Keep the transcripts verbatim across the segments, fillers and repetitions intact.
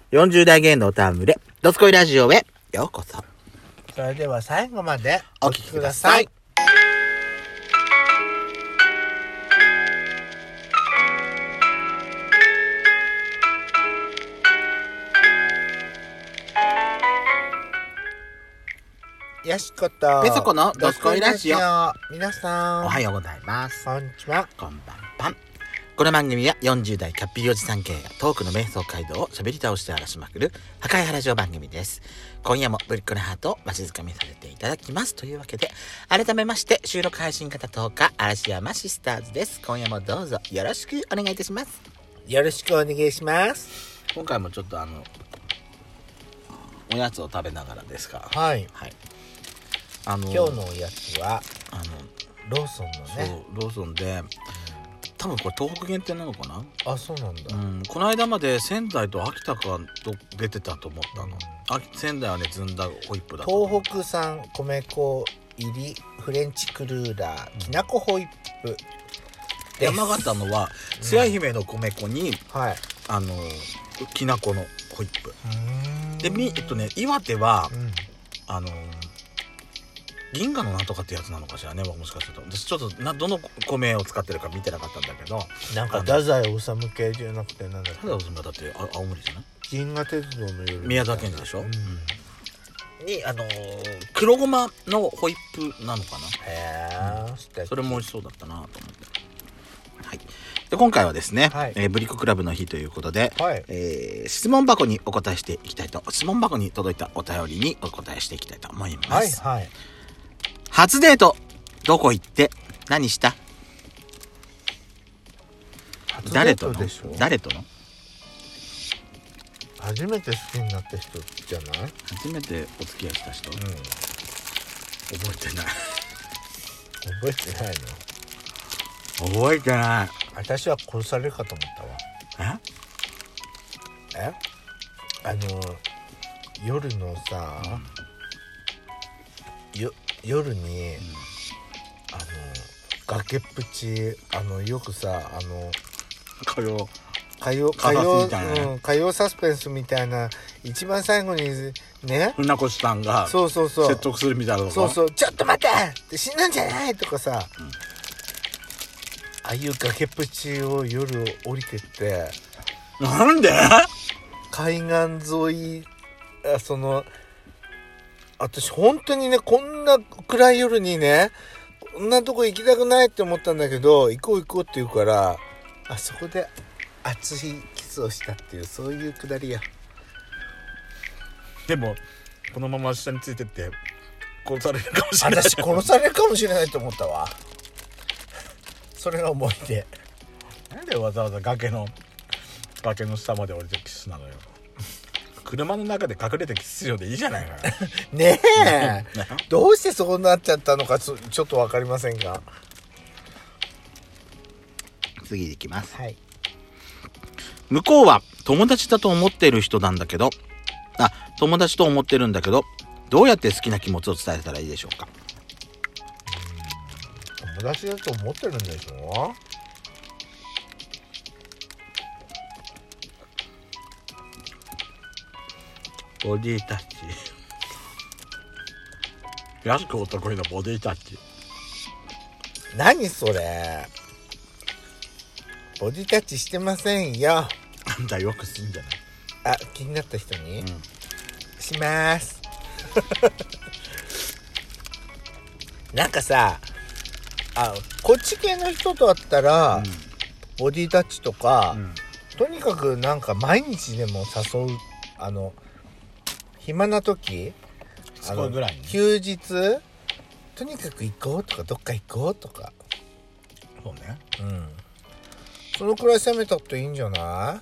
よんじゅう代芸能タームでドスコイラジオへようこそ。 それでは最後までお聞きください。 やしことペソコのドスコイラジオ。 皆さんおはようございます。 こんにちは。 こんばんぱん。この番組はよんじゅう代キャッピーおじさん系がトークの瞑想街道を喋り倒して荒らしまくる破壊ラジオ番組です。今夜もぶりっ子のハートをわしづかみさせていただきます。というわけで改めまして収録配信型とおか嵐山シスターズです。今夜もどうぞよろしくお願いいたします。 よろしくお願いします。 今回もちょっとあのおやつを食べながらですが、 はい、 はい、あの今日のおやつはあのローソンのね、 そうローソンで、多分これ東北限定なのかな。 あ、そうなんだ、 うん、この間まで仙台と秋田かと出てたと思ったの、うん、あ仙台はねずんだホイップだと東北産米粉入りフレンチクルーラーきなこホイップ、 山形のはつや姫の米粉に、うん、 はい、 あのきなこのホイップで、みえっとね岩手は、うん、あの銀河のなんとかってやつなのかしらね、もしかすると。私ちょっとなどの米を使ってるか見てなかったんだけど、 なんか太宰治系じゃなくてなんだっけ、 太宰治だってあ青森じゃない、 銀河鉄道の夜宮崎県でしょ、 うんうん、にあのー、黒ごまのホイップなのかな。 へえ、 うん、それも美味しそうだったなと思って、はい、で今回はですね、はい、えー、ブリコクラブの日ということで、はい、えー、質問箱にお答えしていきたいと質問箱に届いたお便りにお答えしていきたいと思います。はいはい。初デートどこ行って何した？ 初デートでしょ？ 誰との？ 初めて好きになった人じゃない？ 初めてお付き合いした人？うん、覚えてない。 覚えてないの？覚えてない。 私は殺されるかと思ったわ。え？え？あの夜のさ、うん、よ夜に、うん、あの崖っぷち、あのよくさ、あの火曜火曜火曜、うん、火曜サスペンスみたいな、一番最後にね、 船越さんがそうそうそう説得するみたいなの。 そうそう、ちょっと待って死ぬんじゃないとかさ、うん、ああいう崖っぷちを夜降りてって、 なんで海岸沿い、あその私本当にね、こんな暗い夜にね、こんなとこ行きたくないって思ったんだけど、行こう行こうって言うから、あそこで熱いキスをしたっていう、そういうくだりや。 でもこのまま下についてって殺されるかもしれない。 私殺されるかもしれないと思ったわ。それが思い出。 なんでわざわざ崖の崖の下まで降りてキスなのよ。車の中で隠れてキスしようでいいじゃないかねえどうしてそうなっちゃったのかちょっと分かりませんが、 次いきます。 はい。 向こうは友達だと思ってる人なんだけど、あ友達と思ってるんだけど、どうやって好きな気持ちを伝えたらいいでしょうか？ うーん、友達だと思ってるんでしょ。 ボディタッチ。安くお得意のボディタッチ。 何それ？ボディタッチしてませんよ。 あんたよくすんじゃない？ あ、気になった人に、うん、しますなんかさ、あ、こっち系の人とあったら、うん、ボディタッチとか、うん、とにかくなんか毎日でも誘う、あの暇な時、 すごいぐらいね、 休日とにかく行こうとか、どっか行こうとか。 そうね、 うん、そのくらい攻めたっていいんじゃない？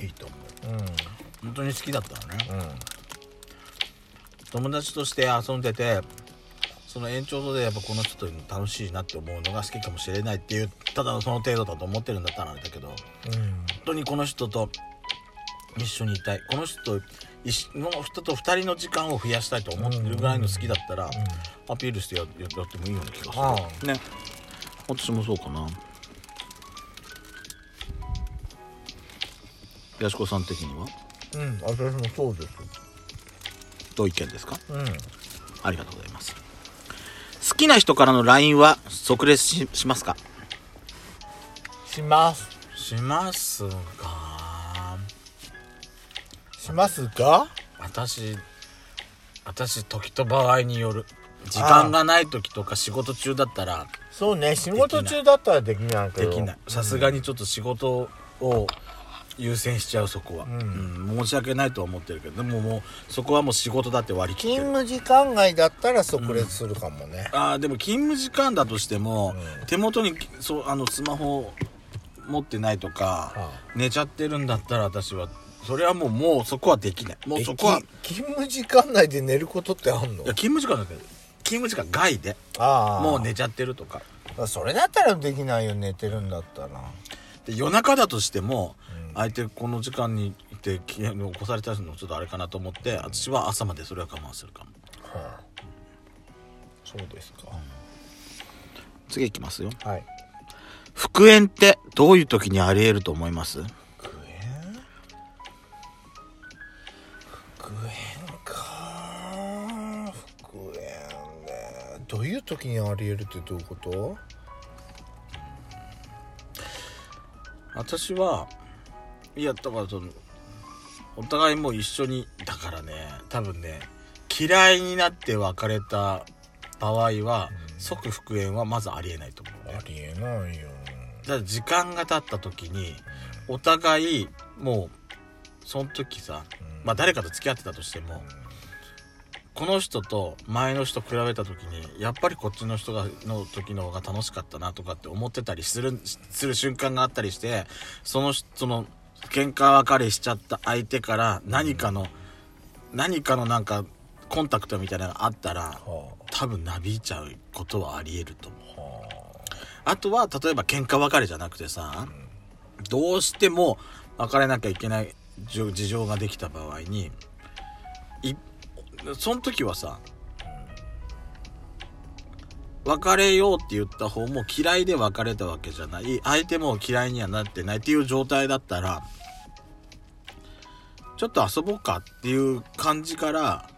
いいと思う、 うん、 本当に好きだったらね、 うん、 友達として遊んでて、その延長でやっぱこの人と楽しいなって思うのが好きかもしれないっていう、ただその程度だと思ってるんだったらあれだけど、うん、本当にこの人と一緒にいたい、この人との人とふたりの時間を増やしたいと思ってるぐらいの好きだったら、うんうん、アピールして や, やってもいいような気がする。ああね、私もそうかな。 やしこさん的には？ うん、私もそうです。 どういう意見ですか？ うん。 ありがとうございます。好きな人からの ライン は即レス し, しますか？ しますしますがしますが私私時と場合による。時間がない時とか仕事中だったら、 そうね、仕事中だったらできないけど、 できない。さすがにちょっと仕事を優先しちゃう、そこは、うんうん、申し訳ないとは思ってるけど、でももうそこはもう仕事だって割り切ってる。 勤務時間外だったら即レスするかもね、 うん、あでも勤務時間だとしても、うん、手元にそうあのスマホ持ってないとか、はあ、寝ちゃってるんだったら私はそれはもうもうそこはできない。もうそこは勤務時間内で寝ることってあんの？ いや勤務時間だけど勤務時間外であもう寝ちゃってるとか。 それだったらできないよ、寝てるんだったら。 で夜中だとしても、うん、相手この時間にいて起こされたのちょっとあれかなと思って、私は朝までそれは我慢するかも、はあ、 そうですか、うん、 次いきますよ。 はい。 復縁ってどういう時にあり得ると思います？ 復縁復縁か復縁ね。どういう時にあり得るってどういうこと？ 私はいやだからそのお互いもう一緒にだからね、多分ね嫌いになって別れた場合は、うん、即復縁はまずありえないと思う、ね、 ありえないよ。 だから時間が経った時にお互いもうその時さ、うん、まあ誰かと付き合ってたとしても、うん、この人と前の人比べた時にやっぱりこっちの人がの時の方が楽しかったなとかって思ってたりするする瞬間があったりして、そのその喧嘩別れしちゃった相手から何かの、うん、何かのなんかコンタクトみたいなのがあったら、はあ、多分なびいちゃうことはあり得ると思う、はあ、あとは例えば喧嘩別れじゃなくてさ、うん、どうしても別れなきゃいけない事情ができた場合にいその時はさ、別れようって言った方も嫌いで別れたわけじゃない、相手も嫌いにはなってないっていう状態だったら、ちょっと遊ぼうかっていう感じから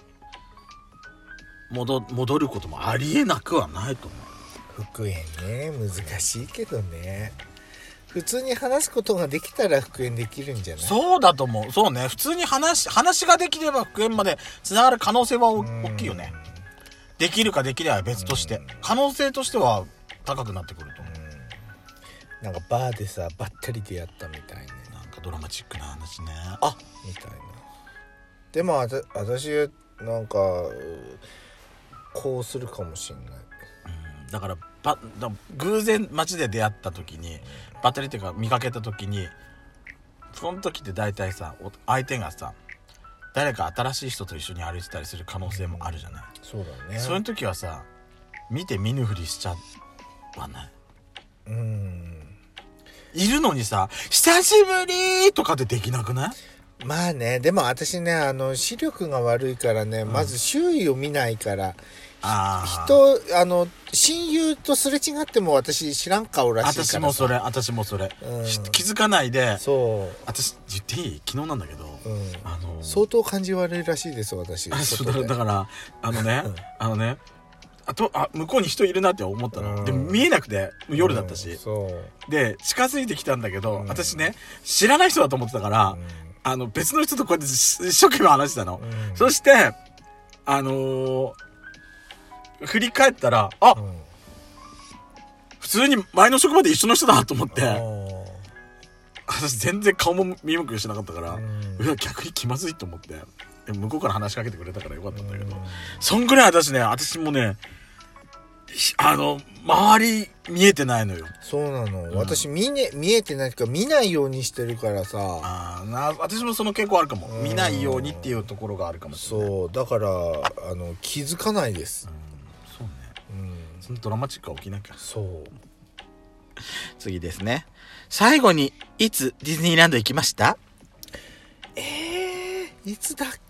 戻、戻ることもありえなくはないと思う。復縁ね、難しいけどね。普通に話すことができたら復縁できるんじゃない？ そうだと思う。そうね、普通に話話ができれば復縁までつながる可能性は大きいよね。できるかできれば別として可能性としては高くなってくると思う。なんかバーでさばったり出会ったみたいね。 なんかドラマチックな話ね。 あみたいな。でもあた私なんかこうするかもしれない。 うん、だからばだ偶然街で出会った時に、ばったりっていうか見かけた時に、その時って大体さ相手がさ誰か新しい人と一緒に歩いてたりする可能性もあるじゃない、 うん、そうだね。 そういう時はさ見て見ぬふりしちゃわない？ うーんいるのにさ久しぶりとかってできなくない？ まあね、でも私ねあの視力が悪いからね、うん、まず周囲を見ないから、あ人あの親友とすれ違っても私知らん顔らしいからさ。 私もそれ私もそれ、うん、気づかないで。 そう私言っていい？昨日なんだけど、うん、 あの相当感じ悪いらしいです私。 そうだからあのね、うん、あのねあとあ向こうに人いるなって思ったの、うん、で見えなくて夜だったし、うん、そうで近づいてきたんだけど、うん、私ね知らない人だと思ってたから、うん、あの別の人とこうやって一生懸命話してたの、うん、そしてあのー、振り返ったらあ、うん、普通に前の職場で一緒の人だと思って、私全然顔も見向くよしなかったから、うん、うわ逆に気まずいと思って、で向こうから話しかけてくれたからよかったんだけど、うん、そんぐらい私ね私もねあの周り見えてないのよ。 そうなの、うん、私見,、ね、見えてないか見ないようにしてるからさ。 あな私もその傾向あるかも、うん、見ないようにっていうところがあるかもしれない。 そうだからあの気づかないです、うん、 そうね、うん、そのドラマチックは起きなきゃ。 そう次ですね。最後にいつディズニーランド行きました？ えー、いつだっ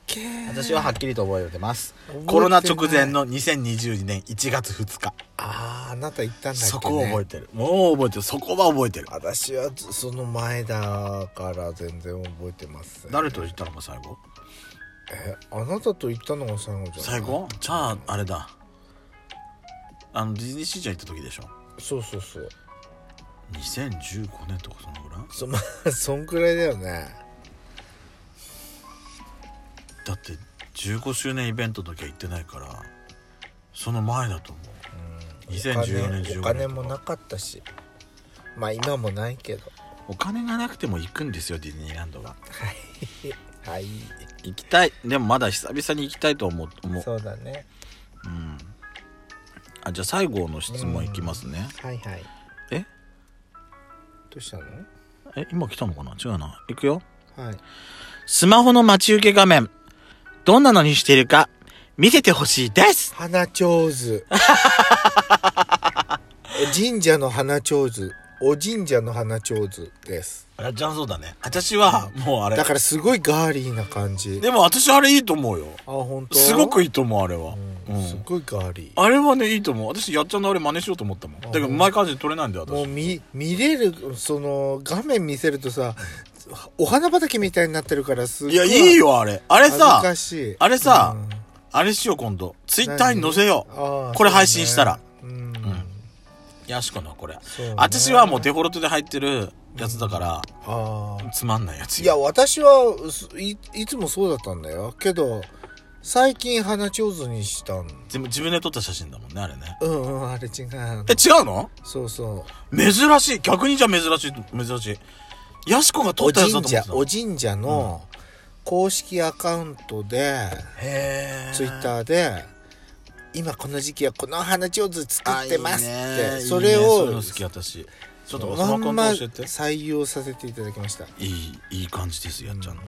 けー。 私ははっきりと覚えてます。 覚えてないコロナ直前のにせんにじゅうにねんいちがつふつか。 ああ、あなた言ったんだっけ、ね、 そこを覚えてる。もう覚えてる。そこは覚えてる。 私はその前だから全然覚えてます、ね、 誰と言ったのが最後？ え、あなたと言ったのが最後じゃない？ 最後？じゃああれだ、あのディズニーシーちゃん行った時でしょ。 そうそうそう、 にせんじゅうごねんとかそのぐらい。 そまあそんくらいだよね。 だってじゅうごしゅうねんイベントの時は行ってないからその前だと思う、うん、にせんじゅうよねんじゅうごねんお金もなかったし、まあ今もないけど、 お金がなくても行くんですよディズニーランドは。 はい、 行きたい。でもまだ久々に行きたいと思う。思う。 そうだね。 うん。あ、じゃあ最後の質問いきますね。 はいはい。 え？ どうしたの？ え、今来たのかな？違うな。行くよ。 はい。 スマホの待ち受け画面どんなのにしているか見せてほしいです。 花ちょうず。神社の花ちょうず。お神社の花ちょうずです。 あ、じゃあそうだね。私はもうあれだからすごいガーリーな感じ。 でも私あれいいと思うよ。 あ、本当？ すごくいいと思うあれは、 うんうん、 すごいガーリー。 あれはねいいと思う。私やっちゃんのあれ真似しようと思ったもん。だけど前感じ撮れないんだよ私。 もう見見れる、その画面見せるとさ、お花畑みたいになってるからすごい。 いやいいよあれ。あれさ、 恥ずかしい。 あれさ、 うん、 あれしよう今度。ツイッターに載せよう。 あ、 これ配信したら。 う、ね、うん。うん、 やしこなこれ、 ね、 私はもうデフォルトで入ってるやつだから、 うん、あつまんないやつ。 いや私はいいつもそうだったんだよけど最近花ちょうずにしたん。 全部自分で撮った写真だもんねあれね。 うんうん、あれ違う。 え、違うの？ そうそう。 珍しい。逆にじゃ珍しい珍しい。やしこが撮ったやつだと思ってた。 お神社の公式アカウントで、 へー、 ツイッターで今この時期はこの花ちょうず作ってますって、 いいね、 それをいいね、そういうの好き私。ちょっとそのまんま感じ教えて。 採用させていただきました。 いいいい感じですやっちゃんの、